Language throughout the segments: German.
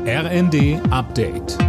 RND Update.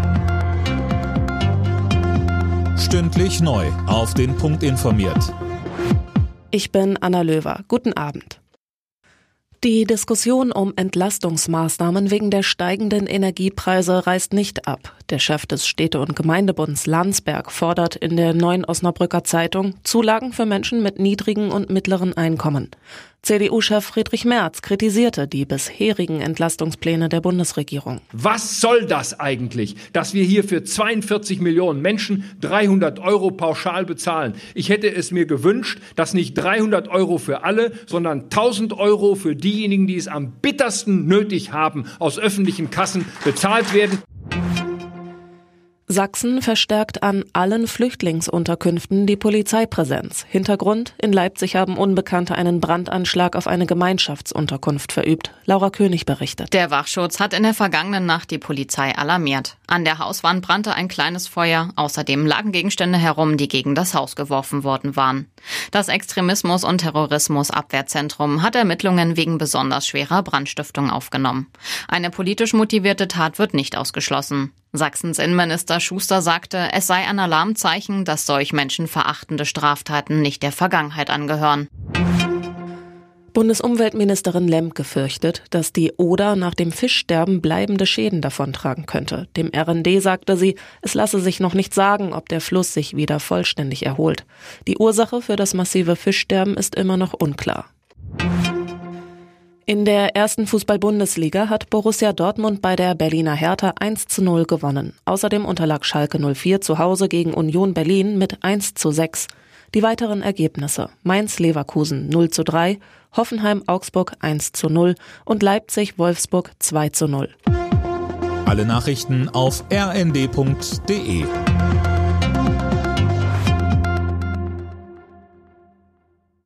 Stündlich neu auf den Punkt informiert. Ich bin Anna Löwer. Guten Abend. Die Diskussion um Entlastungsmaßnahmen wegen der steigenden Energiepreise reißt nicht ab. Der Chef des Städte- und Gemeindebunds Landsberg fordert in der Neuen Osnabrücker Zeitung Zulagen für Menschen mit niedrigen und mittleren Einkommen. CDU-Chef Friedrich Merz kritisierte die bisherigen Entlastungspläne der Bundesregierung. Was soll das eigentlich, dass wir hier für 42 Millionen Menschen 300 € pauschal bezahlen? Ich hätte es mir gewünscht, dass nicht 300 € für alle, sondern 1000 € für diejenigen, die es am bittersten nötig haben, aus öffentlichen Kassen bezahlt werden. Sachsen verstärkt an allen Flüchtlingsunterkünften die Polizeipräsenz. Hintergrund: In Leipzig haben Unbekannte einen Brandanschlag auf eine Gemeinschaftsunterkunft verübt. Laura König berichtet. Der Wachschutz hat in der vergangenen Nacht die Polizei alarmiert. An der Hauswand brannte ein kleines Feuer. Außerdem lagen Gegenstände herum, die gegen das Haus geworfen worden waren. Das Extremismus- und Terrorismusabwehrzentrum hat Ermittlungen wegen besonders schwerer Brandstiftung aufgenommen. Eine politisch motivierte Tat wird nicht ausgeschlossen. Sachsens Innenminister Schuster sagte, es sei ein Alarmzeichen, dass solch menschenverachtende Straftaten nicht der Vergangenheit angehören. Bundesumweltministerin Lemke fürchtet, dass die Oder nach dem Fischsterben bleibende Schäden davontragen könnte. Dem RND sagte sie, es lasse sich noch nicht sagen, ob der Fluss sich wieder vollständig erholt. Die Ursache für das massive Fischsterben ist immer noch unklar. In der ersten Fußball-Bundesliga hat Borussia Dortmund bei der Berliner Hertha 1:0 gewonnen. Außerdem unterlag Schalke 04 zu Hause gegen Union Berlin mit 1:6. Die weiteren Ergebnisse: Mainz-Leverkusen 0:3, Hoffenheim-Augsburg 1:0 und Leipzig-Wolfsburg 2:0. Alle Nachrichten auf rnd.de.